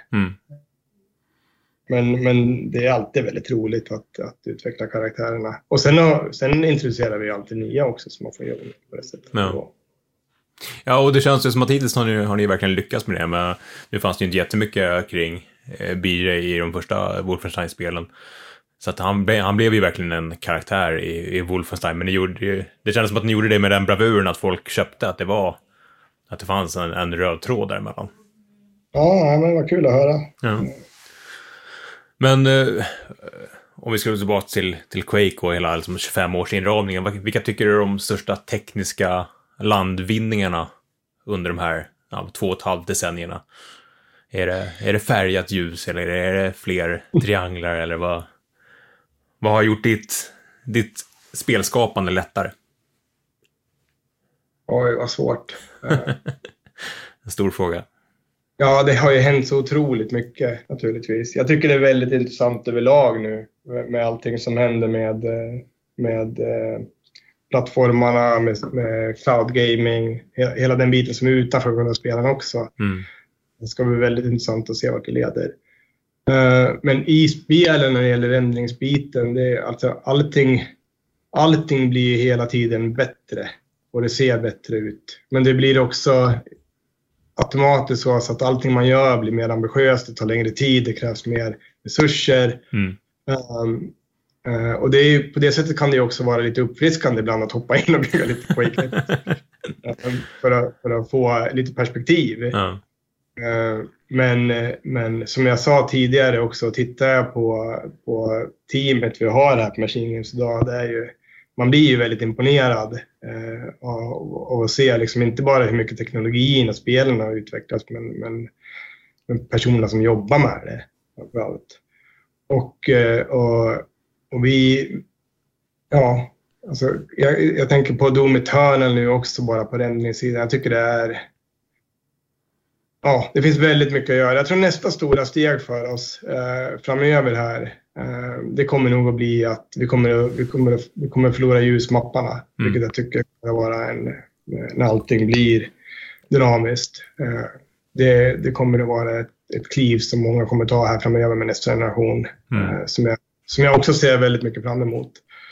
Men det är alltid väldigt roligt att utveckla karaktärerna. Och sen introducerar vi alltid nya också, som man får göra på det sättet. Ja, och det känns ju som att hittills har ni verkligen lyckats med det. Men nu fanns det ju inte jättemycket kring BJ i de första Wolfenstein-spelen. Så att han blev ju verkligen en karaktär i Wolfenstein. Men det kändes som att ni gjorde det med den bravuren att folk köpte att det fanns en röd tråd däremellan. Ja, men det var kul att höra. Ja. Men om vi skulle gå tillbaka till Quake och hela liksom 25-årsinramningen, vilka tycker du är de största tekniska landvinningarna under de här 2,5 decennierna? Är det färgat ljus eller är det fler trianglar eller vad har gjort ditt spelskapande lättare? Oj, vad svårt. En stor fråga. Ja, det har ju hänt så otroligt mycket naturligtvis. Jag tycker det är väldigt intressant överlag nu med allting som händer med plattformarna, med cloud gaming, hela den biten som är utanför själva spelen också. Det ska bli väldigt intressant att se vart det leder. Men i spelen när det gäller ändringsbiten, det är alltså allting blir hela tiden bättre och det ser bättre ut. Men det blir också automatiskt så att allting man gör blir mer ambitiöst, det tar längre tid, det krävs mer resurser. Och det är, på det sättet kan det också vara lite uppfriskande ibland att hoppa in och bygga lite Quake för att få lite perspektiv. Men som jag sa tidigare också, tittar jag på teamet vi har här på Machine Games idag, det är ju, man blir ju väldigt imponerad av att se liksom inte bara hur mycket teknologin och spelen har utvecklats, men personerna som jobbar med det. Och vi, ja, alltså jag tänker på Doom Eternal nu också, bara på räddningssidan. Jag tycker det är, det finns väldigt mycket att göra. Jag tror nästa stora steg för oss framöver här, det kommer nog att bli att vi kommer att förlora ljusmapparna, vilket jag tycker kommer att vara när allting blir dynamiskt. Det kommer att vara ett kliv som många kommer ta här framöver med nästa generation, som jag också ser väldigt mycket fram emot.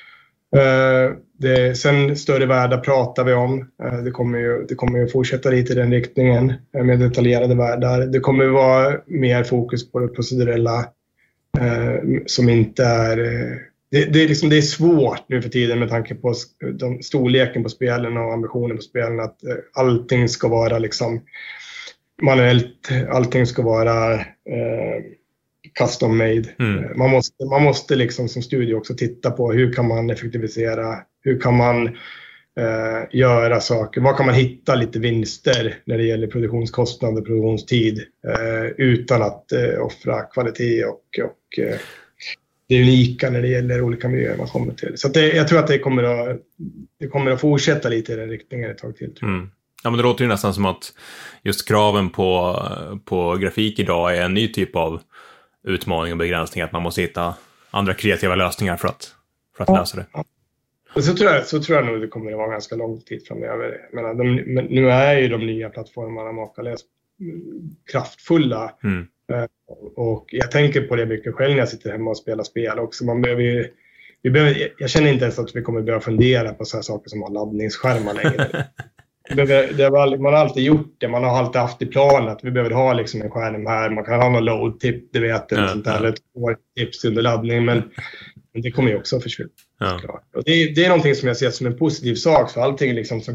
Sen större världar pratar vi om. Det kommer ju fortsätta lite i den riktningen med detaljerade världar. Det kommer att vara mer fokus på det procedurella som inte är... Det är svårt nu för tiden med tanke på storleken på spelen och ambitionen på spelen, att allting ska vara liksom manuellt, allting ska vara custom made. Man måste liksom som studio också titta på hur kan man effektivisera, hur kan man göra saker, var kan man hitta lite vinster när det gäller produktionskostnader och produktionstid utan att offra kvalitet och det unika när det gäller olika miljöer man kommer till. Så jag tror att det kommer att fortsätta lite i den riktningen ett tag till. Ja, men det låter ju nästan som att just kraven på grafik idag är en ny typ av utmaning och begränsning, att man måste hitta andra kreativa lösningar för att lösa det. Ja. Och så tror jag nog det kommer att vara ganska lång tid framöver. Men nu är ju de nya plattformarna makalöst kraftfulla. Och jag tänker på det mycket själv när jag sitter hemma och spelar spel också. Jag känner inte ens att vi kommer börja fundera på så här saker som har laddningsskärmar längre. Man har alltid gjort det, man har alltid haft i plan att vi behöver ha liksom en skärm här, man kan ha någon load-tip, det vet jag, sånt där, eller ett tips under laddning, men det kommer ju också att försvinna. Och det är någonting som jag ser som en positiv sak för allting liksom som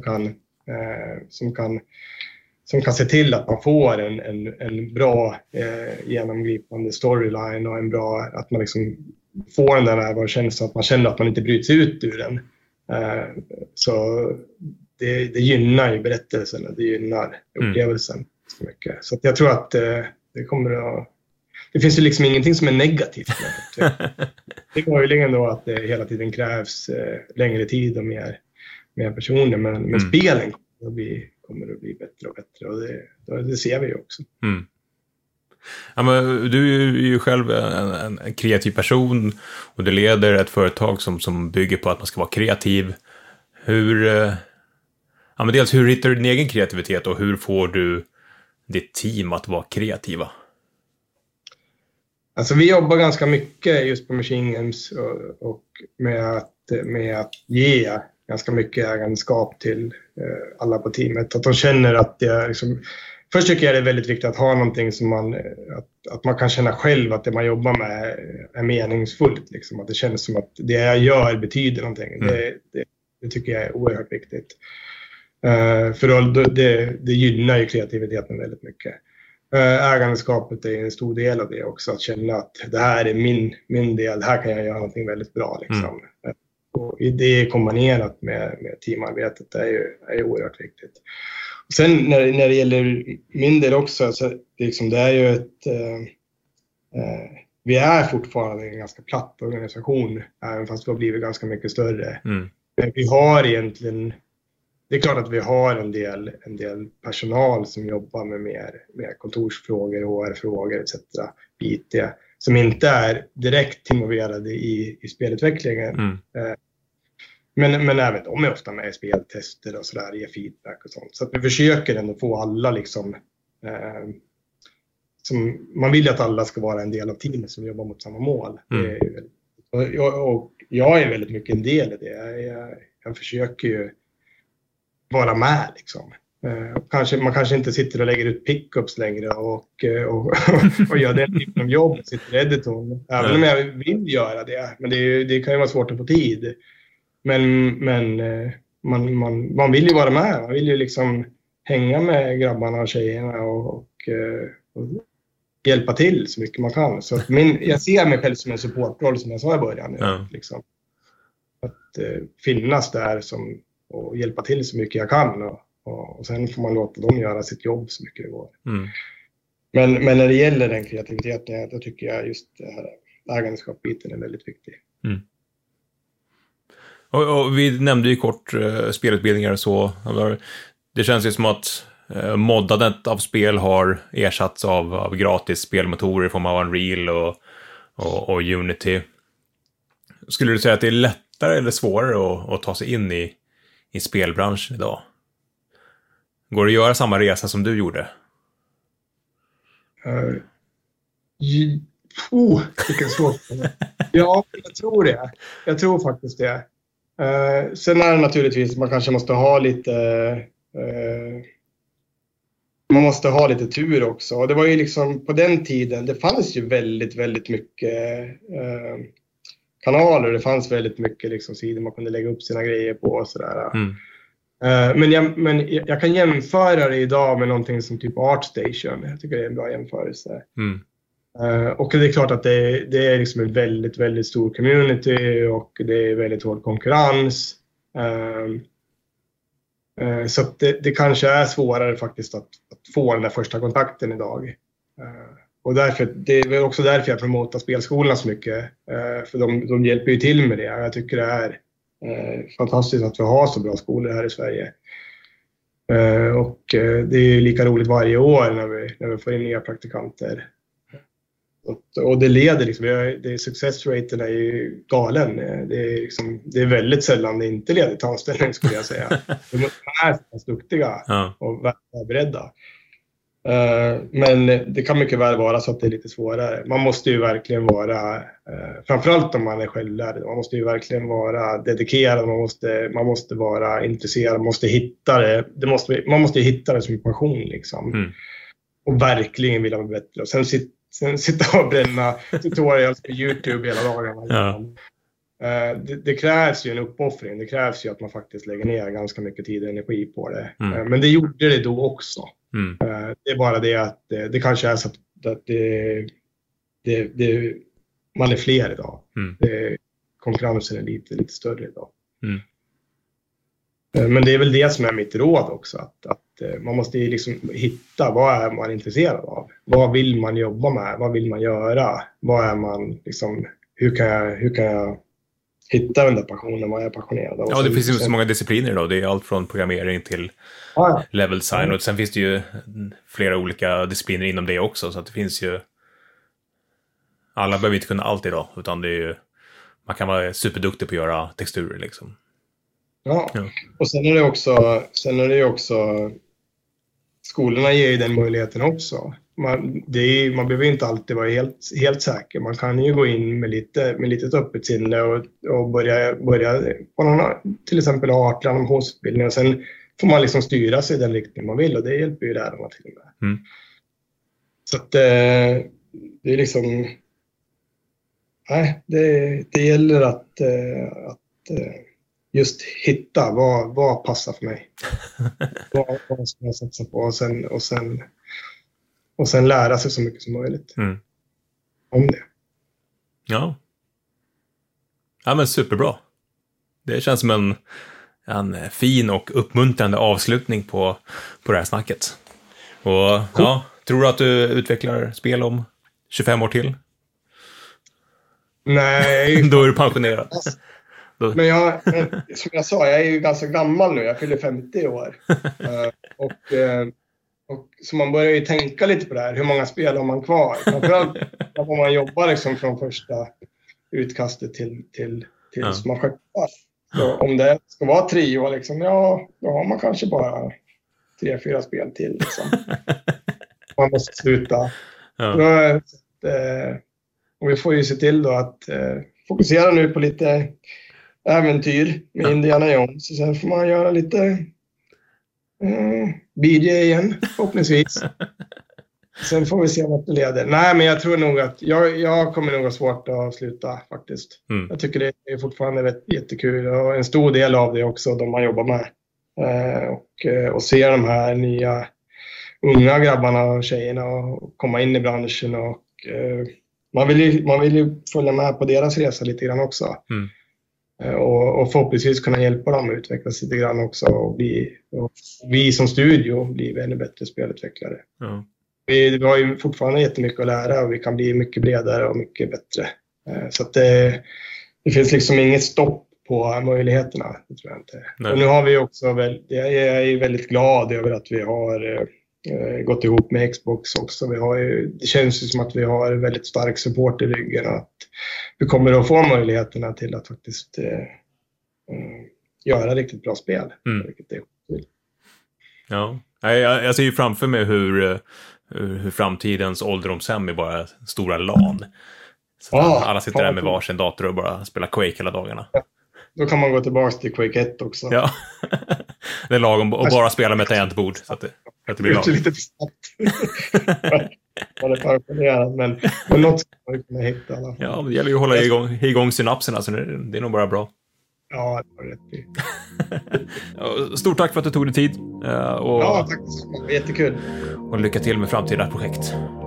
kan se till att man får en bra genomgripande storyline och en bra, att man liksom får den där närvarokänslan, att man känner att man inte bryts ut ur den. Så det gynnar ju berättelsen och det gynnar upplevelsen så mycket. Så att jag tror att det kommer att... Det finns ju liksom ingenting som är negativt. Det går ju länge då att det hela tiden krävs längre tid och mer personer. Men spelen kommer att bli bättre och bättre. Och det ser vi ju också. Ja, men du är ju själv en kreativ person och du leder ett företag som bygger på att man ska vara kreativ. Dels hur hittar du din egen kreativitet och hur får du ditt team att vara kreativa? Alltså vi jobbar ganska mycket just på Machine Games och med att ge ganska mycket ägandeskap till alla på teamet. Att de känner att det liksom... Först tycker jag det är väldigt viktigt att ha någonting som att man kan känna själv att det man jobbar med är meningsfullt. Liksom. Att det känns som att det jag gör betyder någonting. Det tycker jag är oerhört viktigt. För det gynnar ju kreativiteten väldigt mycket. Ägandeskapet är en stor del av det också. Att känna att det här är min del. Här kan jag göra någonting väldigt bra. Liksom. Och det kombinerat med teamarbetet är oerhört viktigt. Och sen när det gäller min del också. Så liksom, det är ju vi är fortfarande en ganska platt organisation. Även fast vi har blivit ganska mycket större. Men vi har egentligen... Det är klart att vi har en del personal som jobbar med kontorsfrågor, HR-frågor etc. IT, som inte är direkt involverade i spelutvecklingen. Men även de är ofta med i speltester och sådär, ger feedback och sånt. Så att vi försöker ändå få alla liksom... man vill att alla ska vara en del av teamet som jobbar mot samma mål. Och jag är väldigt mycket en del i det. Jag försöker ju vara med liksom. Man kanske inte sitter och lägger ut pickups längre och gör den typen av jobb, sitter i editorn. Även om jag vill göra det. Men det kan ju vara svårt att få tid. Men man vill ju vara med. Man vill ju liksom hänga med grabbarna och tjejerna och hjälpa till så mycket man kan. Så jag ser mig själv som en supportroll, som jag sa i början. Liksom. Att finnas där och hjälpa till så mycket jag kan. Och sen får man låta dem göra sitt jobb så mycket det går. Men när det gäller den kreativiteten, då tycker jag just det här ägandeskapsbiten är väldigt viktig. Och vi nämnde ju kort spelutbildningar och så. Det känns ju som att moddandet av spel har ersatts av gratis spelmotorer i form av Unreal och Unity. Skulle du säga att det är lättare eller svårare att ta sig in i spelbranschen idag? Går det att göra samma resa som du gjorde? Vilken svår fråga. Ja, jag tror det. Jag tror faktiskt det. Sen är det naturligtvis, man kanske måste ha lite... man måste ha lite tur också. Och det var ju liksom på den tiden, det fanns ju väldigt, väldigt mycket kanaler. Det fanns väldigt mycket liksom sidor man kunde lägga upp sina grejer på och sådär. Men jag kan jämföra det idag med någonting som typ ArtStation. Jag tycker det är en bra jämförelse. Och det är klart att det är liksom en väldigt, väldigt stor community och det är väldigt hård konkurrens. Så att det kanske är svårare faktiskt att få den där första kontakten idag. Och det är också därför jag promotar spelskolorna så mycket. För de hjälper ju till med det. Jag tycker det är fantastiskt att vi har så bra skolor här i Sverige. Och det är lika roligt varje år när vi får in nya praktikanter. Och det leder liksom, success-raten är ju galen. Det är väldigt sällan det inte leder till anställning, skulle jag säga. De är så duktiga och väl beredda. Men det kan mycket väl vara så att det är lite svårare. Man måste ju verkligen vara, framförallt om man är självlärd, man måste ju verkligen vara dedikerad, man måste vara intresserad, man måste hitta det. Man måste ju hitta det som passion liksom. Och verkligen vilja bli bättre. Och sen sitta och bränna tutorials på YouTube hela dagarna. Det krävs ju en uppoffring. Det krävs ju att man faktiskt lägger ner ganska mycket tid och energi på det. Men det gjorde det då också. Det är bara det att det kanske är så att man är fler idag. Konkurrensen är lite större idag. Men det är väl det som är mitt råd också. Att man måste liksom hitta, vad är man intresserad av? Vad vill man jobba med? Vad vill man göra? Vad är man liksom, hur kan jag hitta den där passionen? Vad är jag passionerad av? Ja, det finns ju så många discipliner idag. Det är allt från programmering till level design. Och sen finns det ju flera olika discipliner inom det också. Så att det finns ju... Alla behöver inte kunna allt idag. Utan det är ju... Man kan vara superduktig på att göra texturer liksom. Ja. Och sen är det ju också skolorna ger ju den möjligheten också. Man behöver inte alltid vara helt säker. Man kan ju gå in med lite öppet sinne och börja på någon, till exempel artlig animationsutbildning, och sen får man liksom styra sig i den riktning man vill, och det hjälper ju lärarna till med. Så att det är liksom det gäller att just hitta vad passar för mig. Vad ska jag satsa på, och sen Och sen lära sig så mycket som möjligt om det. Ja. Ja, men superbra. Det känns som en fin och uppmuntrande avslutning på det här snacket. Och ja, tror du att du utvecklar spel om 25 år till? Nej. Då är du pensionerad. Men som jag sa, jag är ju ganska gammal nu. Jag fyller 50 år. Och så man börjar ju tänka lite på det här. Hur många spel har man kvar? Framförallt när man jobbar liksom från första utkastet till man skeppar. Så om det ska vara 3 år, liksom, ja, då har man kanske bara 3-4 spel till. Liksom. Man måste sluta. Ja. Och vi får ju se till då att fokusera nu på lite äventyr med Indiana Jones. Och sen får man göra lite BJ igen, förhoppningsvis. Sen får vi se vart det leder. Nej, men jag tror nog att jag kommer nog ha svårt att sluta faktiskt. Jag tycker det är fortfarande jättekul och en stor del av det också, de man jobbar med. Och se de här nya unga grabbarna och tjejerna och komma in i branschen och man vill ju följa med på deras resa lite grann också. Och förhoppningsvis kunna hjälpa dem att utvecklas lite grann också och vi som studio blir ännu bättre spelutvecklare. Vi har ju fortfarande jättemycket att lära och vi kan bli mycket bredare och mycket bättre. Så att det finns liksom inget stopp på möjligheterna, det tror jag inte. Nej. Och nu har vi också, jag är väldigt glad över att vi har gått ihop med Xbox också. Det känns ju som att vi har väldigt stark support i ryggen att vi kommer att få möjligheterna till att faktiskt göra riktigt bra spel. Vilket är kul. Ja, jag ser ju framför mig hur framtidens ålderdomshem är bara stora LAN. Så alla sitter där med varsin dator och bara spelar Quake hela dagarna. Ja. Då kan man gå tillbaka till Quake 1 också. Ja, det är lagom att bara spela med tangentbord så att det blir lagom. Lite för snabbt. Man är pensionerad, men något ska man kunna hitta. Alla. Ja, men det gäller ju att hålla igång synapserna, så det är nog bara bra. Ja, det var rätt. Stort tack för att du tog dig tid. Ja, tack så mycket. Jättekul. Och lycka till med framtida projekt.